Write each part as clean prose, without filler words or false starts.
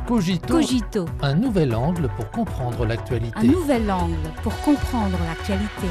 Cogito, Cogito, un nouvel angle pour comprendre l'actualité. un nouvel angle pour comprendre l'actualité.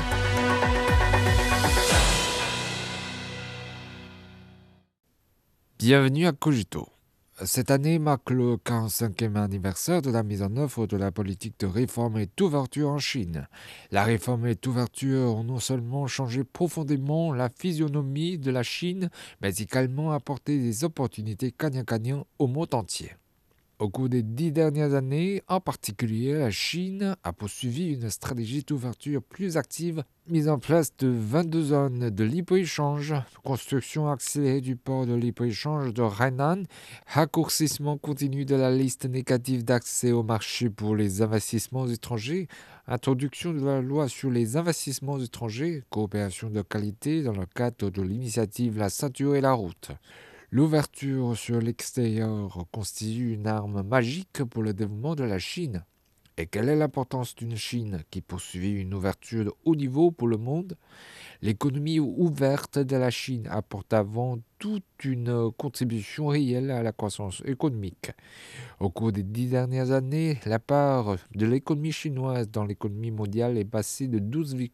Bienvenue à Cogito. Cette année marque le 45e anniversaire de la mise en œuvre de la politique de réforme et d'ouverture en Chine. La réforme et d'ouverture ont non seulement changé profondément la physionomie de la Chine, mais également apporté des opportunités gagnant-gagnant au monde entier. Au cours des 10 dernières années, en particulier, la Chine a poursuivi une stratégie d'ouverture plus active, mise en place de 22 zones de libre-échange, construction accélérée du port de libre-échange de Hainan, raccourcissement continu de la liste négative d'accès au marché pour les investissements étrangers, introduction de la loi sur les investissements étrangers, coopération de qualité dans le cadre de l'initiative La ceinture et la route. L'ouverture sur l'extérieur constitue une arme magique pour le développement de la Chine. Et quelle est l'importance d'une Chine qui poursuit une ouverture de haut niveau pour le monde ? L'économie ouverte de la Chine apporte avant tout une contribution réelle à la croissance économique. Au cours des 10 dernières années, la part de l'économie chinoise dans l'économie mondiale est passée de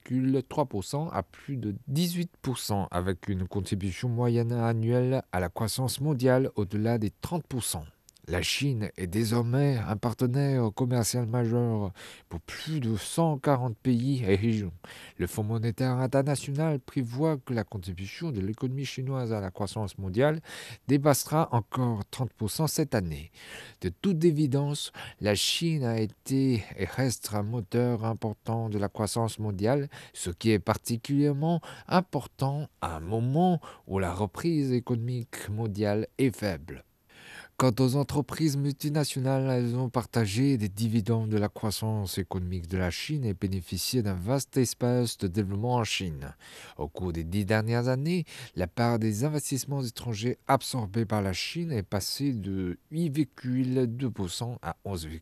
12,3% à plus de 18%, avec une contribution moyenne annuelle à la croissance mondiale au-delà des 30%. La Chine est désormais un partenaire commercial majeur pour plus de 140 pays et régions. Le Fonds monétaire international prévoit que la contribution de l'économie chinoise à la croissance mondiale dépassera encore 30% cette année. De toute évidence, la Chine a été et reste un moteur important de la croissance mondiale, ce qui est particulièrement important à un moment où la reprise économique mondiale est faible. Quant aux entreprises multinationales, elles ont partagé des dividendes de la croissance économique de la Chine et bénéficié d'un vaste espace de développement en Chine. Au cours des 10 dernières années, la part des investissements étrangers absorbés par la Chine est passée de 8,2% à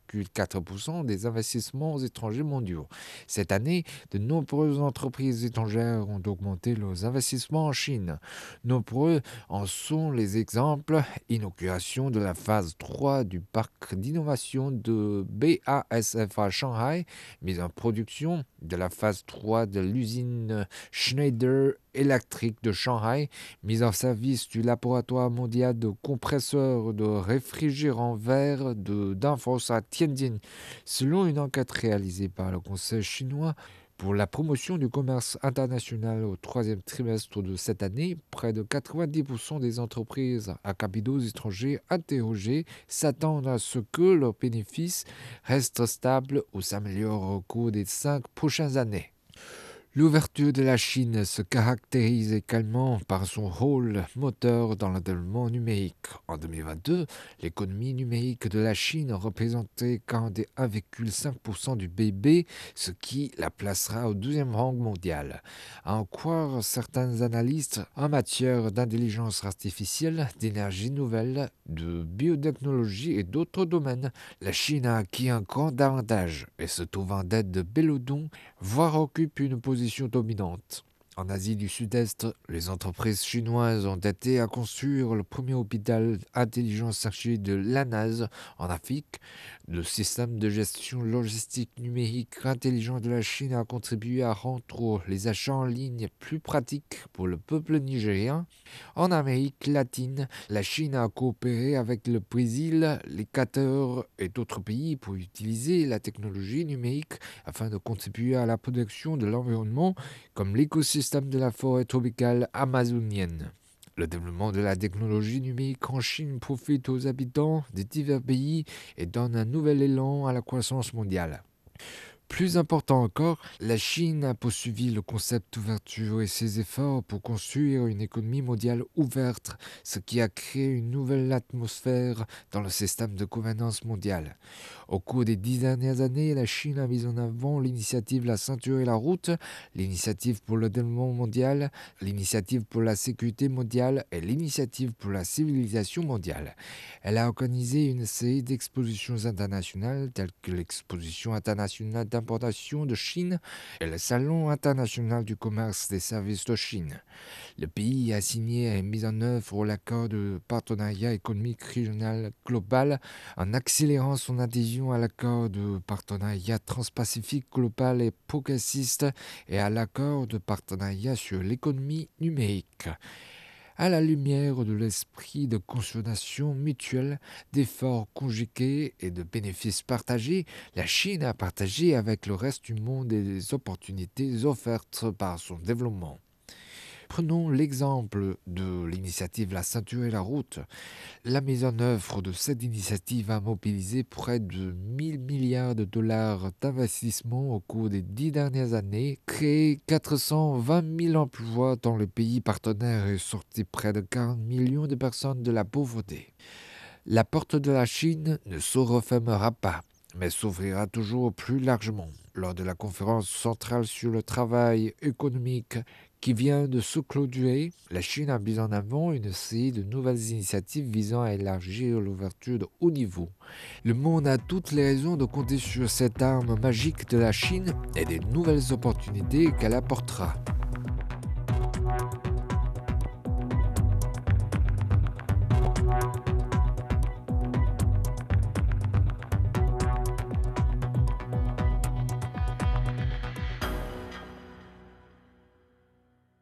11,4% des investissements étrangers mondiaux. Cette année, de nombreuses entreprises étrangères ont augmenté leurs investissements en Chine. Nombreux en sont les exemples: inauguration de la phase 3 du parc d'innovation de BASF à Shanghai, mise en production de la phase 3 de l'usine Schneider Electric de Shanghai, mise en service du laboratoire mondial de compresseurs de réfrigérants verts de Danfoss à Tianjin. Selon une enquête réalisée par le Conseil chinois pour la promotion du commerce international au troisième trimestre de cette année, près de 90% des entreprises à capitaux étrangers interrogées s'attendent à ce que leurs bénéfices restent stables ou s'améliorent au cours des 5 prochaines années. L'ouverture de la Chine se caractérise également par son rôle moteur dans le développement numérique. En 2022, l'économie numérique de la Chine représentait 41,5% du PIB, ce qui la placera au 12e rang mondial. À en croire certains analystes en matière d'intelligence artificielle, d'énergie nouvelle, de biotechnologie et d'autres domaines, la Chine a acquis un grand avantage et se trouve en tête de peloton, voire occupe une position dominante. En Asie du Sud-Est, les entreprises chinoises ont été à construire le premier hôpital intelligence artificielle de l'ANAS en Afrique. Le système de gestion logistique numérique intelligent de la Chine a contribué à rendre les achats en ligne plus pratiques pour le peuple nigérien. En Amérique latine, la Chine a coopéré avec le Brésil, l'Équateur et d'autres pays pour utiliser la technologie numérique afin de contribuer à la protection de l'environnement, comme l'écosystème de la forêt tropicale amazonienne. Le développement de la technologie numérique en Chine profite aux habitants des divers pays et donne un nouvel élan à la croissance mondiale. Plus important encore, la Chine a poursuivi le concept d'ouverture et ses efforts pour construire une économie mondiale ouverte, ce qui a créé une nouvelle atmosphère dans le système de gouvernance mondiale. Au cours des 10 dernières années, la Chine a mis en avant l'initiative La ceinture et la route, l'initiative pour le développement mondial, l'initiative pour la sécurité mondiale et l'initiative pour la civilisation mondiale. Elle a organisé une série d'expositions internationales telles que l'exposition internationale d'importation de Chine et le Salon international du commerce des services de Chine. Le pays a signé et mis en œuvre l'accord de partenariat économique régional global en accélérant son adhésion à l'accord de partenariat transpacifique global et progressiste et à l'accord de partenariat sur l'économie numérique. À la lumière de l'esprit de consolidation mutuelle, d'efforts conjugués et de bénéfices partagés, la Chine a partagé avec le reste du monde les opportunités offertes par son développement. Prenons l'exemple de l'initiative La ceinture et la route. La mise en œuvre de cette initiative a mobilisé près de 1000 milliards de dollars d'investissement au cours des 10 dernières années, créé 420 000 emplois dans les pays partenaires et sorti près de 40 millions de personnes de la pauvreté. La porte de la Chine ne se refermera pas, mais s'ouvrira toujours plus largement. Lors de la conférence centrale sur le travail économique qui vient de se clôturer, la Chine a mis en avant une série de nouvelles initiatives visant à élargir l'ouverture de haut niveau. Le monde a toutes les raisons de compter sur cette arme magique de la Chine et des nouvelles opportunités qu'elle apportera.